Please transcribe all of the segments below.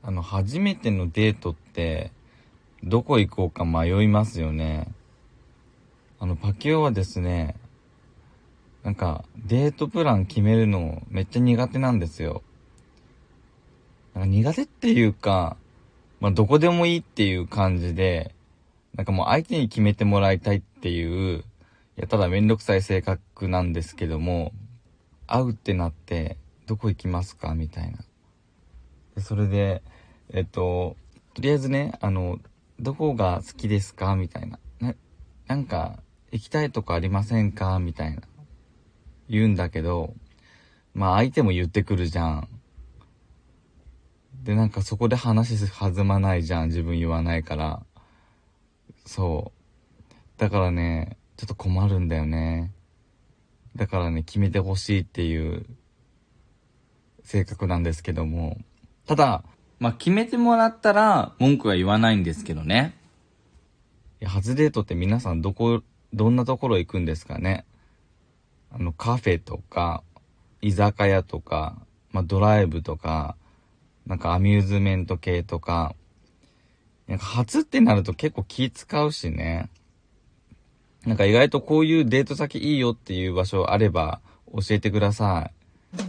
初めてのデートって、どこ行こうか迷いますよね。パキオはですね、デートプラン決めるのめっちゃ苦手なんですよ。苦手っていうか、どこでもいいっていう感じで、もう相手に決めてもらいたいっていう、ただめんどくさい性格なんですけども、会うってなって、どこ行きますかみたいな。それで、とりあえずね、どこが好きですかみたいな。行きたいとこありませんかみたいな。言うんだけど、相手も言ってくるじゃん。で、そこで話弾まないじゃん。自分言わないから。そう。だからね、ちょっと困るんだよね。だからね、決めてほしいっていう性格なんですけども。ただ、決めてもらったら文句は言わないんですけどね。初デートって皆さんどんなところ行くんですかね。カフェとか、居酒屋とか、ドライブとか、アミューズメント系とか、初ってなると結構気使うしね。意外とこういうデート先いいよっていう場所あれば教えてください。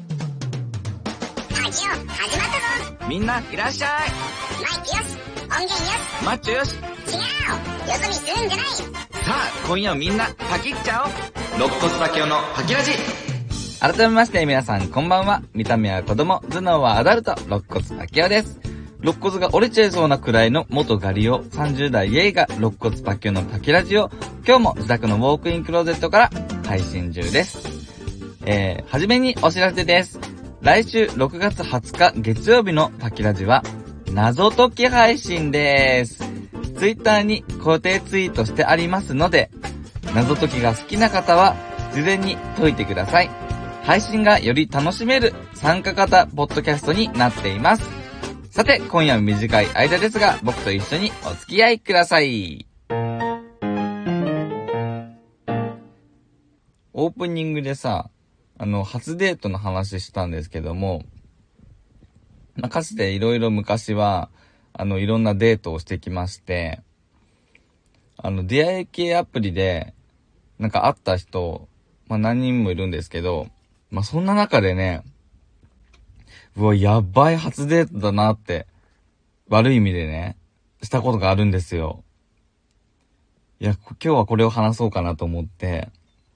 ラジオ始まったぞ。 みんないらっしゃい。 マイクよし、音源よし。 マッチョよし。 違う、よそ見するんじゃない。さあ、今夜はみんなパキっちゃおう。肋骨パキオのパキラジ。改めまして皆さんこんばんは。見た目は子供、頭脳はアダルト、肋骨パキオです。肋骨が折れちゃいそうなくらいの元ガリオ30代イエイが肋骨パキオのパキラジを今日も自宅のウォークインクローゼットから配信中です。はじめにお知らせです。来週6月20日月曜日のパキラジは謎解き配信です。ツイッターに固定ツイートしてありますので、謎解きが好きな方は事前に解いてください。配信がより楽しめる参加型ポッドキャストになっています。さて、今夜も短い間ですが、僕と一緒にお付き合いください。オープニングでさ、初デートの話したんですけども、かつていろいろ昔は、いろんなデートをしてきまして、出会い系アプリで、会った人、何人もいるんですけど、そんな中でね、うわ、やばい初デートだなって、悪い意味でね、したことがあるんですよ。いや、今日はこれを話そうかなと思って、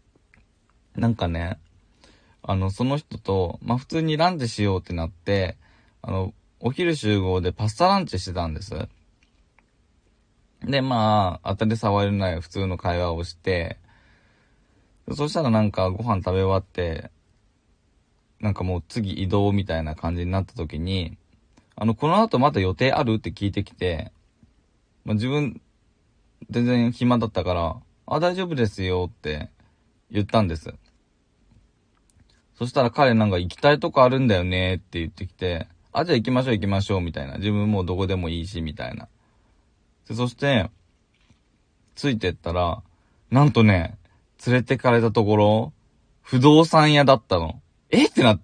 その人と、普通にランチしようってなって、お昼集合でパスタランチしてたんです。で、当たり障りない普通の会話をして、そしたらご飯食べ終わって、もう次移動みたいな感じになった時に、この後また予定あるって聞いてきて、自分、全然暇だったから、大丈夫ですよって言ったんです。そしたら彼行きたいとこあるんだよねって言ってきて、じゃあ行きましょうみたいな。自分もうどこでもいいしみたいな。で、そして、ついてったら、なんとね、連れてかれたところ、不動産屋だったの。ってなって。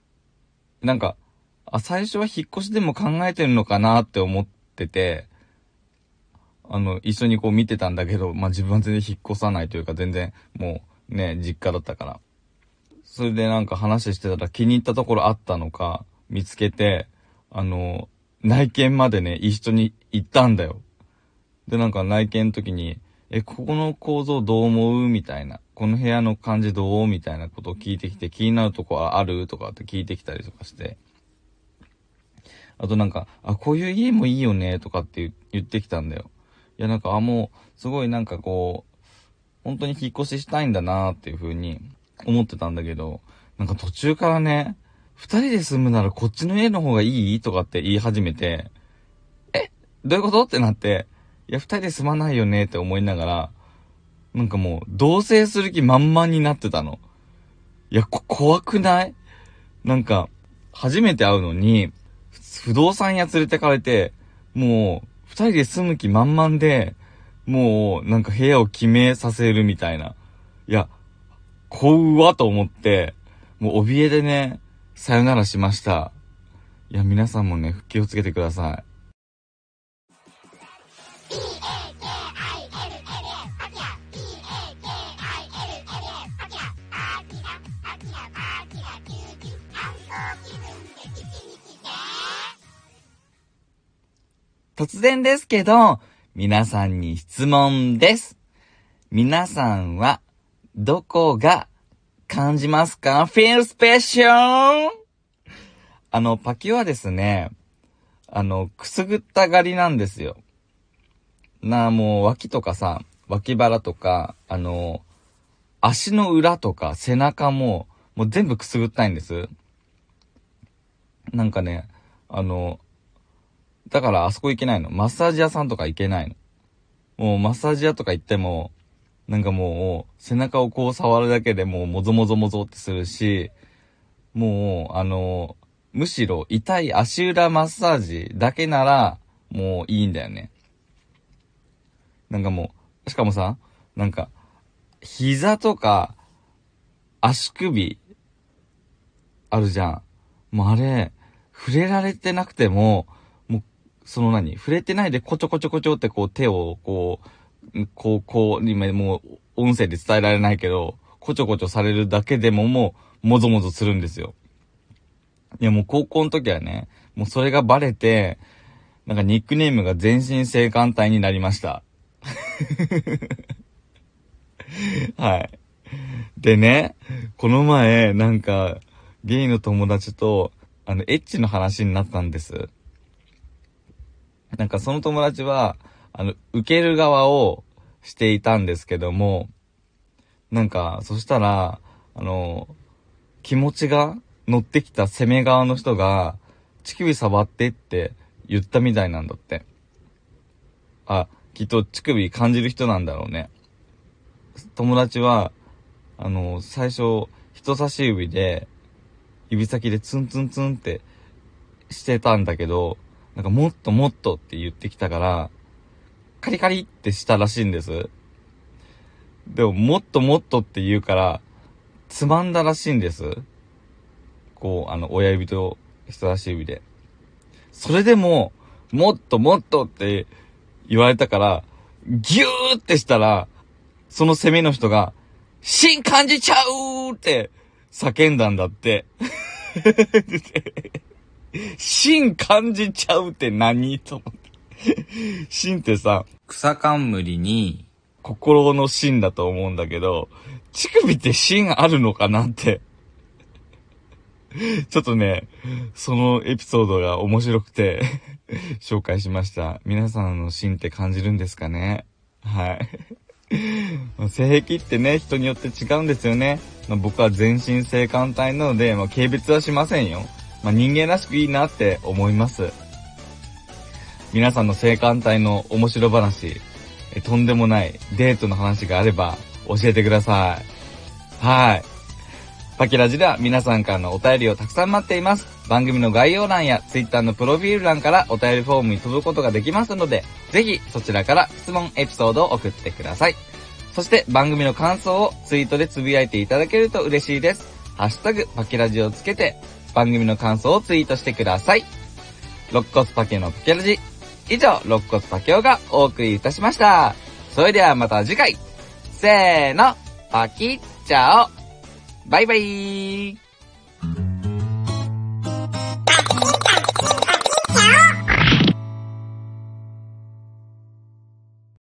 最初は引っ越しでも考えてるのかなって思ってて、一緒に見てたんだけど、自分は全然引っ越さないというか全然もうね、実家だったから。それで話してたら気に入ったところあったのか見つけて、内見までね、一緒に行ったんだよ。で内見の時に、ここの構造どう思うみたいな。この部屋の感じどうみたいなことを聞いてきて、気になるとこあるとかって聞いてきたりとかして。あとこういう家もいいよねとかって言ってきたんだよ。いやもう、すごい本当に引っ越ししたいんだなっていう風に思ってたんだけど、途中からね、二人で住むならこっちの家の方がいいとかって言い始めて、どういうことってなって、いや、二人で住まないよねって思いながら、もう、同棲する気満々になってたの。いや、怖くない？初めて会うのに、不動産屋連れてかれて、もう、二人で住む気満々で、もう、部屋を決めさせるみたいな。いや、怖と思って、もう怯えでね、さよならしました。 いや、皆さんもね、気をつけてください。突然ですけど、皆さんに質問です。皆さんは、どこが感じますか？ Feel special? パキはですね、くすぐったがりなんですよ。もう脇とかさ、脇腹とか、足の裏とか背中もう全部くすぐったいんです。なんかね、だからあそこ行けないの。マッサージ屋さんとか行けないの。もうマッサージ屋とか行っても、なんかもう背中をこう触るだけでもうもぞもぞもぞってするし、もうむしろ痛い足裏マッサージだけならもういいんだよね。なんかもう、しかもさ、なんか膝とか足首あるじゃん。もうあれ、触れられてなくても、もう、触れてないでこちょこちょこちょってこう手を今もう音声で伝えられないけど、こちょこちょされるだけでももう、もぞもぞするんですよ。いやもう高校の時はね、もうそれがバレて、なんかニックネームが全身性感帯になりました。はい。でね、この前、なんか、ゲイの友達と、エッチの話になったんです。なんかその友達は、受ける側をしていたんですけども、なんか、そしたら、気持ちが乗ってきた攻め側の人が、乳首触ってって言ったみたいなんだって。きっと乳首感じる人なんだろうね。友達は、最初、人差し指で、指先でツンツンツンってしてたんだけど、なんかもっともっとって言ってきたから、カリカリってしたらしいんです。でも、もっともっとって言うから、つまんだらしいんです。こう、親指と人差し指で。それでも、もっともっとって言われたから、ギューってしたら、その攻めの人が、芯感じちゃうって叫んだんだって。芯感じちゃうって何と思って。芯ってさ、草冠に心の芯だと思うんだけど、乳首って芯あるのかなって。ちょっとね、そのエピソードが面白くて紹介しました。皆さんの芯って感じるんですかね？はい。性癖ってね、人によって違うんですよね。僕は全身性感帯なので、軽蔑はしませんよ。人間らしくいいなって思います。皆さんの性感帯の面白話、とんでもないデートの話があれば教えてください。はい。パキラジでは皆さんからのお便りをたくさん待っています。番組の概要欄や Twitter のプロフィール欄からお便りフォームに飛ぶことができますので、ぜひそちらから質問エピソードを送ってください。そして番組の感想をツイートでつぶやいていただけると嬉しいです。ハッシュタグパキラジをつけて番組の感想をツイートしてください。肋骨パキオのパキラジ。以上、肋骨パキオがお送りいたしました。それではまた次回。せーの、パキッチャオ。バイバイ。